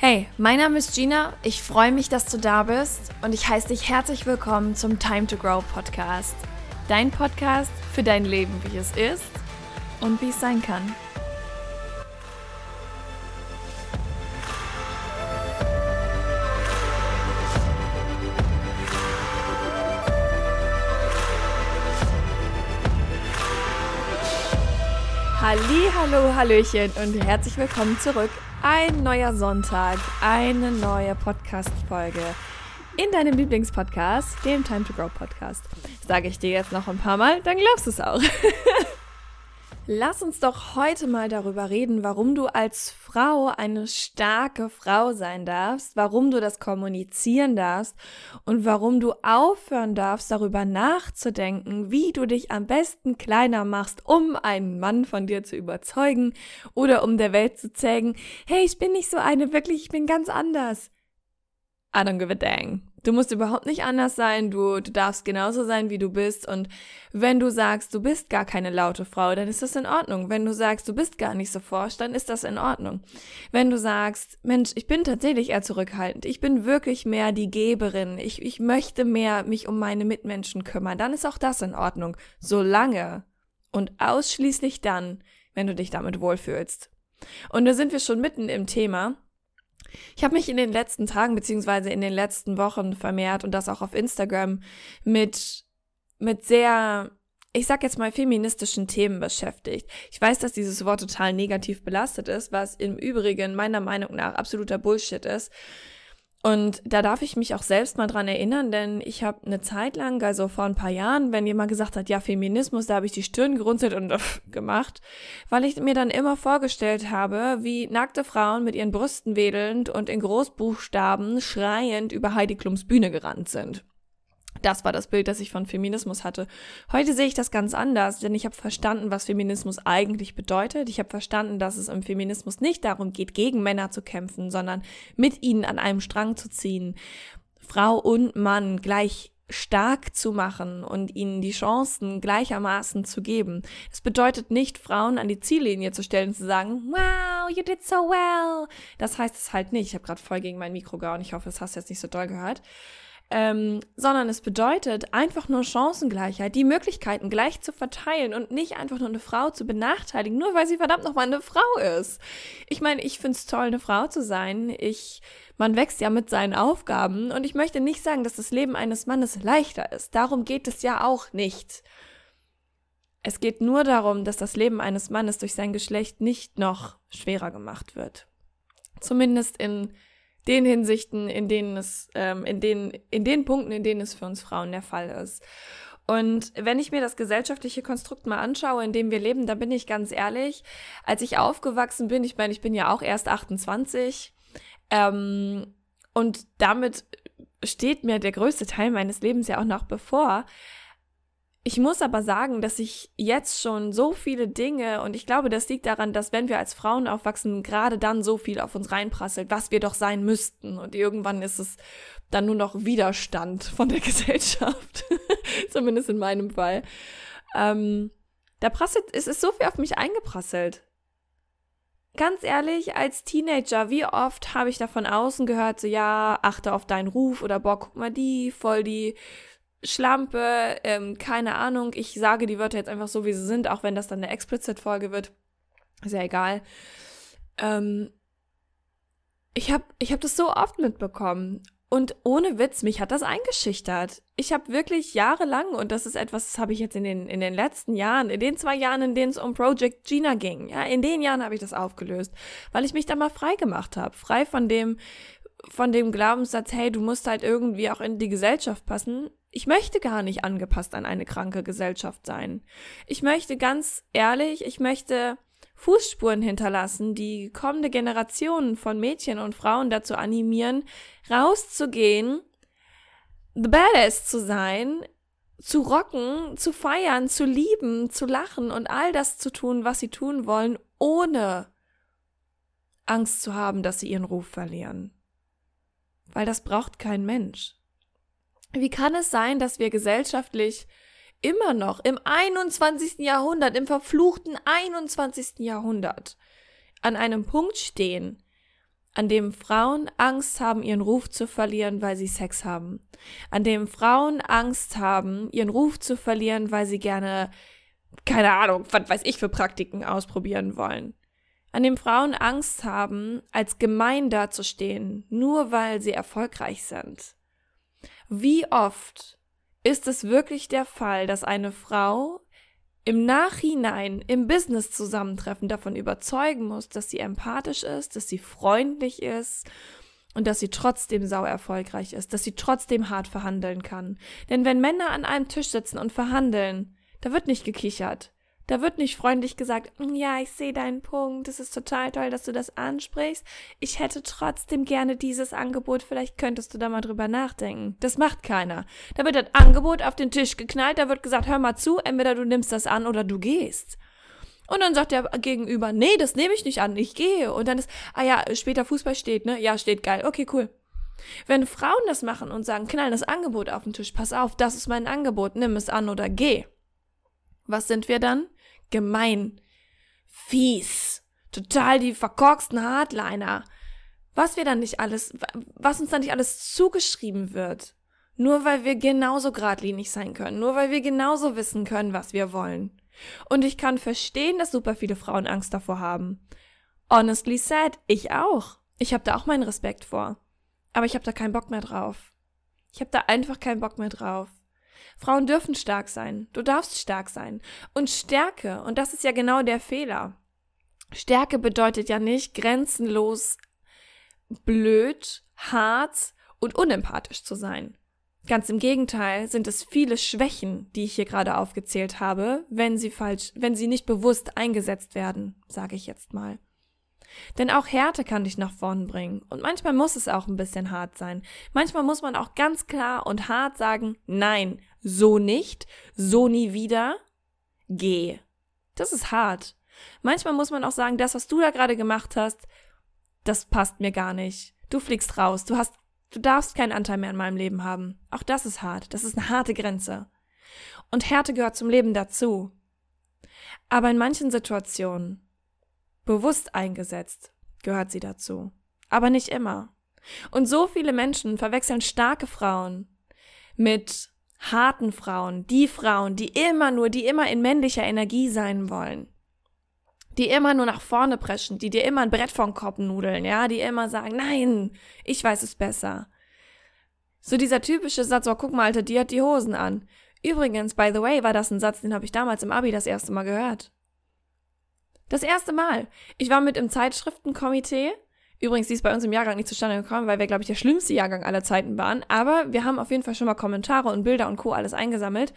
Hey, mein Name ist Gina, ich freue mich, dass du da bist und ich heiße dich herzlich willkommen zum Time to Grow Podcast. Dein Podcast für dein Leben, wie es ist und wie es sein kann. Hallo, Hallöchen und herzlich willkommen zurück. Ein neuer Sonntag, eine neue Podcast-Folge in deinem Lieblingspodcast, dem Time to Grow Podcast. Sage ich dir jetzt noch ein paar Mal, dann glaubst du es auch. Lass uns doch heute mal darüber reden, warum du als Frau eine starke Frau sein darfst, warum du das kommunizieren darfst und warum du aufhören darfst, darüber nachzudenken, wie du dich am besten kleiner machst, um einen Mann von dir zu überzeugen oder um der Welt zu zeigen, hey, ich bin nicht so eine, wirklich, ich bin ganz anders. I don't give a dang. Du musst überhaupt nicht anders sein, du darfst genauso sein, wie du bist, und wenn du sagst, du bist gar keine laute Frau, dann ist das in Ordnung. Wenn du sagst, du bist gar nicht so forsch, dann ist das in Ordnung. Wenn du sagst, Mensch, ich bin tatsächlich eher zurückhaltend, ich bin wirklich mehr die Geberin, ich möchte mehr mich um meine Mitmenschen kümmern, dann ist auch das in Ordnung, solange und ausschließlich dann, wenn du dich damit wohlfühlst. Und da sind wir schon mitten im Thema. Ich habe mich in den letzten Tagen bzw. in den letzten Wochen vermehrt und das auch auf Instagram mit sehr, ich sag jetzt mal, feministischen Themen beschäftigt. Ich weiß, dass dieses Wort total negativ belastet ist, was im Übrigen meiner Meinung nach absoluter Bullshit ist. Und da darf ich mich auch selbst mal dran erinnern, denn ich habe eine Zeit lang, also vor ein paar Jahren, wenn jemand gesagt hat, ja, Feminismus, da habe ich die Stirn gerunzelt und gemacht, weil ich mir dann immer vorgestellt habe, wie nackte Frauen mit ihren Brüsten wedelnd und in Großbuchstaben schreiend über Heidi Klums Bühne gerannt sind. Das war das Bild, das ich von Feminismus hatte. Heute sehe ich das ganz anders, denn ich habe verstanden, was Feminismus eigentlich bedeutet. Ich habe verstanden, dass es im Feminismus nicht darum geht, gegen Männer zu kämpfen, sondern mit ihnen an einem Strang zu ziehen, Frau und Mann gleich stark zu machen und ihnen die Chancen gleichermaßen zu geben. Das bedeutet nicht, Frauen an die Ziellinie zu stellen und zu sagen, wow, you did so well. Das heißt es halt nicht. Ich habe gerade voll gegen mein Mikro gehauen. Ich hoffe, das hast du jetzt nicht so doll gehört. Sondern es bedeutet einfach nur Chancengleichheit, die Möglichkeiten gleich zu verteilen und nicht einfach nur eine Frau zu benachteiligen, nur weil sie verdammt nochmal eine Frau ist. Ich meine, ich finde es toll, eine Frau zu sein. Man wächst ja mit seinen Aufgaben und ich möchte nicht sagen, dass das Leben eines Mannes leichter ist. Darum geht es ja auch nicht. Es geht nur darum, dass das Leben eines Mannes durch sein Geschlecht nicht noch schwerer gemacht wird. Zumindest in den Hinsichten, in den Punkten, in denen es für uns Frauen der Fall ist. Und wenn ich mir das gesellschaftliche Konstrukt mal anschaue, in dem wir leben, da bin ich ganz ehrlich, als ich aufgewachsen bin, ich meine, ich bin ja auch erst 28, und damit steht mir der größte Teil meines Lebens ja auch noch bevor. Ich muss aber sagen, dass ich jetzt schon so viele Dinge, und ich glaube, das liegt daran, dass wenn wir als Frauen aufwachsen, gerade dann so viel auf uns reinprasselt, was wir doch sein müssten. Und irgendwann ist es dann nur noch Widerstand von der Gesellschaft, zumindest in meinem Fall. Es ist so viel auf mich eingeprasselt. Ganz ehrlich, als Teenager, wie oft habe ich da von außen gehört, so ja, achte auf deinen Ruf oder boah, guck mal die, voll die Schlampe, keine Ahnung, ich sage die Wörter jetzt einfach so, wie sie sind, auch wenn das dann eine Explicit-Folge wird, ist ja egal. Ich hab das so oft mitbekommen und ohne Witz, mich hat das eingeschüchtert. Ich habe wirklich jahrelang, und das ist etwas, das habe ich jetzt in den letzten Jahren, in den 2 Jahren, in denen es um Project Gina ging, ja, in den Jahren habe ich das aufgelöst, weil ich mich da mal frei gemacht habe, frei von dem Glaubenssatz, hey, du musst halt irgendwie auch in die Gesellschaft passen. Ich möchte gar nicht angepasst an eine kranke Gesellschaft sein. Ich möchte ganz ehrlich, Fußspuren hinterlassen, die kommende Generationen von Mädchen und Frauen dazu animieren, rauszugehen, the badass zu sein, zu rocken, zu feiern, zu lieben, zu lachen und all das zu tun, was sie tun wollen, ohne Angst zu haben, dass sie ihren Ruf verlieren. Weil das braucht kein Mensch. Wie kann es sein, dass wir gesellschaftlich immer noch im 21. Jahrhundert, im verfluchten 21. Jahrhundert, an einem Punkt stehen, an dem Frauen Angst haben, ihren Ruf zu verlieren, weil sie Sex haben. An dem Frauen Angst haben, ihren Ruf zu verlieren, weil sie gerne, keine Ahnung, was weiß ich für Praktiken ausprobieren wollen. An dem Frauen Angst haben, als gemein dazustehen, nur weil sie erfolgreich sind. Wie oft ist es wirklich der Fall, dass eine Frau im Nachhinein im Business-Zusammentreffen davon überzeugen muss, dass sie empathisch ist, dass sie freundlich ist und dass sie trotzdem sau erfolgreich ist, dass sie trotzdem hart verhandeln kann. Denn wenn Männer an einem Tisch sitzen und verhandeln, da wird nicht gekichert. Da wird nicht freundlich gesagt, ja, ich sehe deinen Punkt, es ist total toll, dass du das ansprichst. Ich hätte trotzdem gerne dieses Angebot, vielleicht könntest du da mal drüber nachdenken. Das macht keiner. Da wird das Angebot auf den Tisch geknallt, da wird gesagt, hör mal zu, entweder du nimmst das an oder du gehst. Und dann sagt der Gegenüber, nee, das nehme ich nicht an, ich gehe. Und dann ist, später Fußball steht, ne? Ja, steht, geil, okay, cool. Wenn Frauen das machen und sagen, knallen das Angebot auf den Tisch, pass auf, das ist mein Angebot, nimm es an oder geh. Was sind wir dann? Gemein, fies, total die verkorksten Hardliner. Was uns dann nicht alles zugeschrieben wird. Nur weil wir genauso geradlinig sein können. Nur weil wir genauso wissen können, was wir wollen. Und ich kann verstehen, dass super viele Frauen Angst davor haben. Honestly said, ich auch. Ich habe da auch meinen Respekt vor. Aber ich habe da keinen Bock mehr drauf. Ich habe da einfach keinen Bock mehr drauf. Frauen dürfen stark sein. Du darfst stark sein. Und Stärke, und das ist ja genau der Fehler. Stärke bedeutet ja nicht grenzenlos blöd, hart und unempathisch zu sein. Ganz im Gegenteil sind es viele Schwächen, die ich hier gerade aufgezählt habe, wenn sie nicht bewusst eingesetzt werden, sage ich jetzt mal. Denn auch Härte kann dich nach vorn bringen. Und manchmal muss es auch ein bisschen hart sein. Manchmal muss man auch ganz klar und hart sagen, nein, so nicht, so nie wieder, geh. Das ist hart. Manchmal muss man auch sagen, das, was du da gerade gemacht hast, das passt mir gar nicht. Du fliegst raus, du darfst keinen Anteil mehr in meinem Leben haben. Auch das ist hart. Das ist eine harte Grenze. Und Härte gehört zum Leben dazu. Aber in manchen Situationen, bewusst eingesetzt, gehört sie dazu. Aber nicht immer. Und so viele Menschen verwechseln starke Frauen mit harten Frauen, die immer in männlicher Energie sein wollen. Die immer nur nach vorne preschen, die dir immer ein Brett vom Kopf nudeln, ja, die immer sagen, nein, ich weiß es besser. So dieser typische Satz, oh, guck mal, Alter, die hat die Hosen an. Übrigens, by the way, war das ein Satz, den habe ich damals im Abi das erste Mal gehört. Das erste Mal. Ich war mit im Zeitschriftenkomitee. Übrigens, die ist bei uns im Jahrgang nicht zustande gekommen, weil wir, glaube ich, der schlimmste Jahrgang aller Zeiten waren. Aber wir haben auf jeden Fall schon mal Kommentare und Bilder und Co. alles eingesammelt.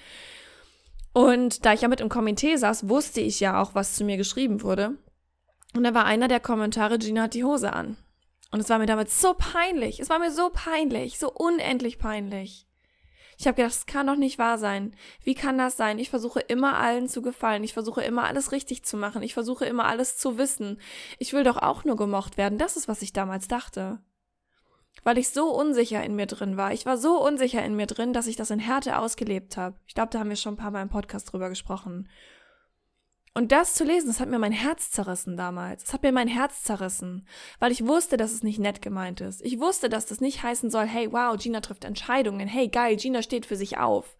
Und da ich ja mit im Komitee saß, wusste ich ja auch, was zu mir geschrieben wurde. Und da war einer der Kommentare, Gina hat die Hose an. Und es war mir damals so peinlich. Es war mir so peinlich, so unendlich peinlich. Ich habe gedacht, das kann doch nicht wahr sein. Wie kann das sein? Ich versuche immer allen zu gefallen. Ich versuche immer alles richtig zu machen. Ich versuche immer alles zu wissen. Ich will doch auch nur gemocht werden. Das ist, was ich damals dachte. Weil ich so unsicher in mir drin war. Ich war so unsicher in mir drin, dass ich das in Härte ausgelebt habe. Ich glaube, da haben wir schon ein paar Mal im Podcast drüber gesprochen. Und das zu lesen, das hat mir mein Herz zerrissen damals. Es hat mir mein Herz zerrissen, weil ich wusste, dass es nicht nett gemeint ist. Ich wusste, dass das nicht heißen soll, hey, wow, Gina trifft Entscheidungen. Hey, geil, Gina steht für sich auf.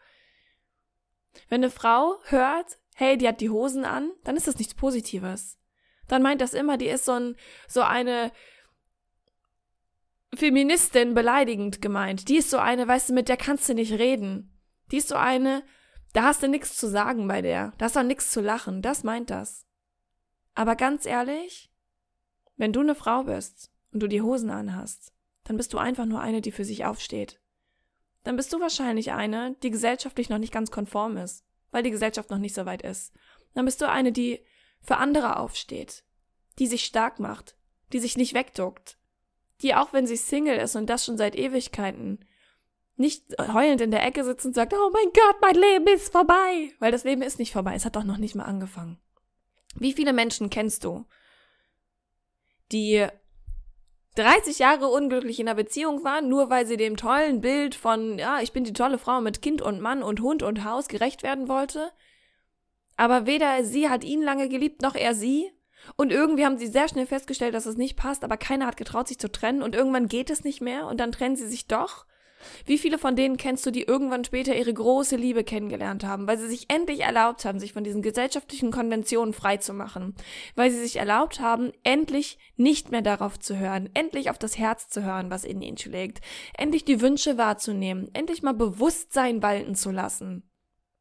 Wenn eine Frau hört, hey, die hat die Hosen an, dann ist das nichts Positives. Dann meint das immer, die ist so eine Feministin beleidigend gemeint. Die ist so eine, weißt du, mit der kannst du nicht reden. Die ist so eine, da hast du nichts zu sagen bei der. Da hast du auch nichts zu lachen. Das meint das. Aber ganz ehrlich, wenn du eine Frau bist und du die Hosen anhast, dann bist du einfach nur eine, die für sich aufsteht. Dann bist du wahrscheinlich eine, die gesellschaftlich noch nicht ganz konform ist, weil die Gesellschaft noch nicht so weit ist. Dann bist du eine, die für andere aufsteht, die sich stark macht, die sich nicht wegduckt, die auch wenn sie Single ist und das schon seit Ewigkeiten, nicht heulend in der Ecke sitzt und sagt, oh mein Gott, mein Leben ist vorbei. Weil das Leben ist nicht vorbei, es hat doch noch nicht mal angefangen. Wie viele Menschen kennst du, die 30 Jahre unglücklich in einer Beziehung waren, nur weil sie dem tollen Bild von, ja, ich bin die tolle Frau mit Kind und Mann und Hund und Haus gerecht werden wollte? Aber weder sie hat ihn lange geliebt, noch er sie. Und irgendwie haben sie sehr schnell festgestellt, dass es nicht passt, aber keiner hat getraut, sich zu trennen und irgendwann geht es nicht mehr und dann trennen sie sich doch. Wie viele von denen kennst du, die irgendwann später ihre große Liebe kennengelernt haben, weil sie sich endlich erlaubt haben, sich von diesen gesellschaftlichen Konventionen freizumachen, weil sie sich erlaubt haben, endlich nicht mehr darauf zu hören, endlich auf das Herz zu hören, was in ihnen schlägt, endlich die Wünsche wahrzunehmen, endlich mal Bewusstsein walten zu lassen.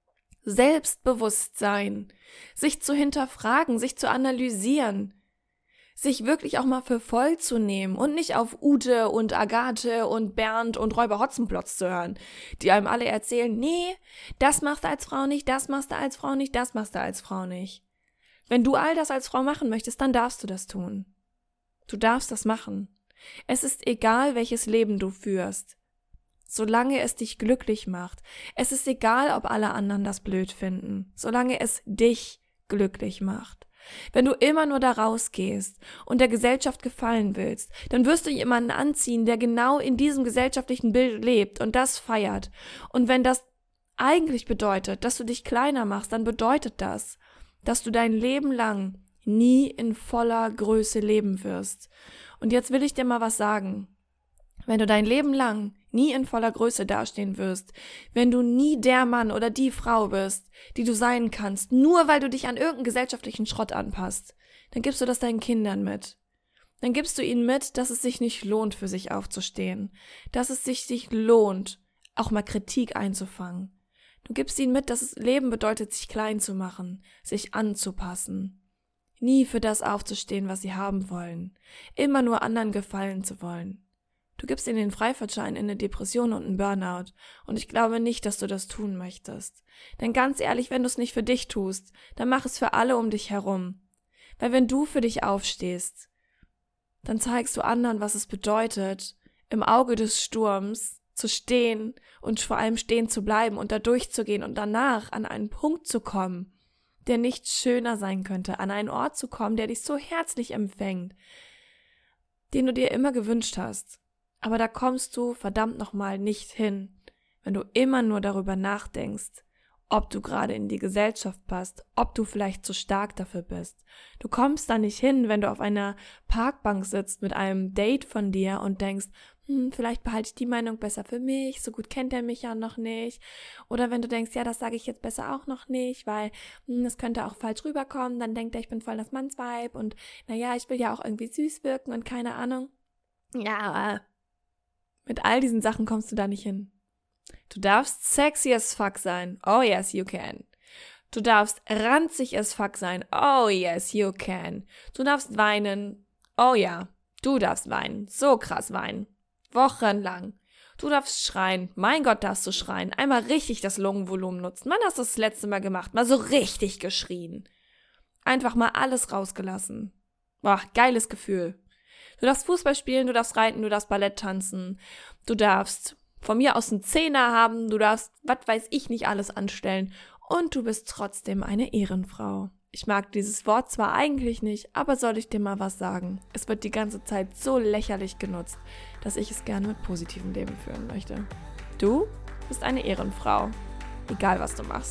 Selbstbewusstsein, sich zu hinterfragen, sich zu analysieren, sich wirklich auch mal für voll zu nehmen und nicht auf Ute und Agathe und Bernd und Räuber Hotzenplotz zu hören, die einem alle erzählen, nee, das machst du als Frau nicht, das machst du als Frau nicht, das machst du als Frau nicht. Wenn du all das als Frau machen möchtest, dann darfst du das tun. Du darfst das machen. Es ist egal, welches Leben du führst, solange es dich glücklich macht. Es ist egal, ob alle anderen das blöd finden, solange es dich glücklich macht. Wenn du immer nur da rausgehst und der Gesellschaft gefallen willst, dann wirst du jemanden anziehen, der genau in diesem gesellschaftlichen Bild lebt und das feiert. Und wenn das eigentlich bedeutet, dass du dich kleiner machst, dann bedeutet das, dass du dein Leben lang nie in voller Größe leben wirst. Und jetzt will ich dir mal was sagen. Wenn du dein Leben lang nie in voller Größe dastehen wirst, wenn du nie der Mann oder die Frau bist, die du sein kannst, nur weil du dich an irgendeinen gesellschaftlichen Schrott anpasst, dann gibst du das deinen Kindern mit. Dann gibst du ihnen mit, dass es sich nicht lohnt, für sich aufzustehen, dass es sich lohnt, auch mal Kritik einzufangen. Du gibst ihnen mit, dass das Leben bedeutet, sich klein zu machen, sich anzupassen. Nie für das aufzustehen, was sie haben wollen, immer nur anderen gefallen zu wollen. Du gibst ihnen den Freifahrtschein in eine Depression und einen Burnout. Und ich glaube nicht, dass du das tun möchtest. Denn ganz ehrlich, wenn du es nicht für dich tust, dann mach es für alle um dich herum. Weil wenn du für dich aufstehst, dann zeigst du anderen, was es bedeutet, im Auge des Sturms zu stehen und vor allem stehen zu bleiben und da durchzugehen und danach an einen Punkt zu kommen, der nicht schöner sein könnte, an einen Ort zu kommen, der dich so herzlich empfängt, den du dir immer gewünscht hast. Aber da kommst du verdammt nochmal nicht hin, wenn du immer nur darüber nachdenkst, ob du gerade in die Gesellschaft passt, ob du vielleicht zu stark dafür bist. Du kommst da nicht hin, wenn du auf einer Parkbank sitzt mit einem Date von dir und denkst, vielleicht behalte ich die Meinung besser für mich, so gut kennt er mich ja noch nicht. Oder wenn du denkst, ja, das sage ich jetzt besser auch noch nicht, weil das könnte auch falsch rüberkommen, dann denkt er, ich bin voll das Mannsweib und naja, ich will ja auch irgendwie süß wirken und keine Ahnung. Ja, mit all diesen Sachen kommst du da nicht hin. Du darfst sexy as fuck sein. Oh yes, you can. Du darfst ranzig as fuck sein. Oh yes, you can. Du darfst weinen. Oh ja, du darfst weinen. So krass weinen. Wochenlang. Du darfst schreien. Mein Gott, darfst du schreien. Einmal richtig das Lungenvolumen nutzen. Wann hast du das letzte Mal gemacht? Mal so richtig geschrien. Einfach mal alles rausgelassen. Boah, geiles Gefühl. Du darfst Fußball spielen, du darfst reiten, du darfst Ballett tanzen, du darfst von mir aus einen Zehner haben, du darfst, was weiß ich, nicht alles anstellen und du bist trotzdem eine Ehrenfrau. Ich mag dieses Wort zwar eigentlich nicht, aber soll ich dir mal was sagen? Es wird die ganze Zeit so lächerlich genutzt, dass ich es gerne mit positivem Leben führen möchte. Du bist eine Ehrenfrau, egal was du machst.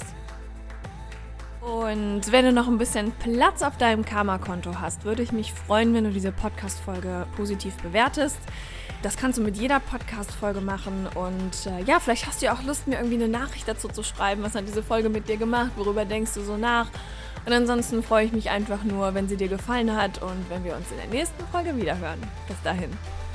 Und wenn du noch ein bisschen Platz auf deinem Karma-Konto hast, würde ich mich freuen, wenn du diese Podcast-Folge positiv bewertest. Das kannst du mit jeder Podcast-Folge machen und ja, vielleicht hast du ja auch Lust, mir irgendwie eine Nachricht dazu zu schreiben. Was hat diese Folge mit dir gemacht? Worüber denkst du so nach? Und ansonsten freue ich mich einfach nur, wenn sie dir gefallen hat und wenn wir uns in der nächsten Folge wiederhören. Bis dahin.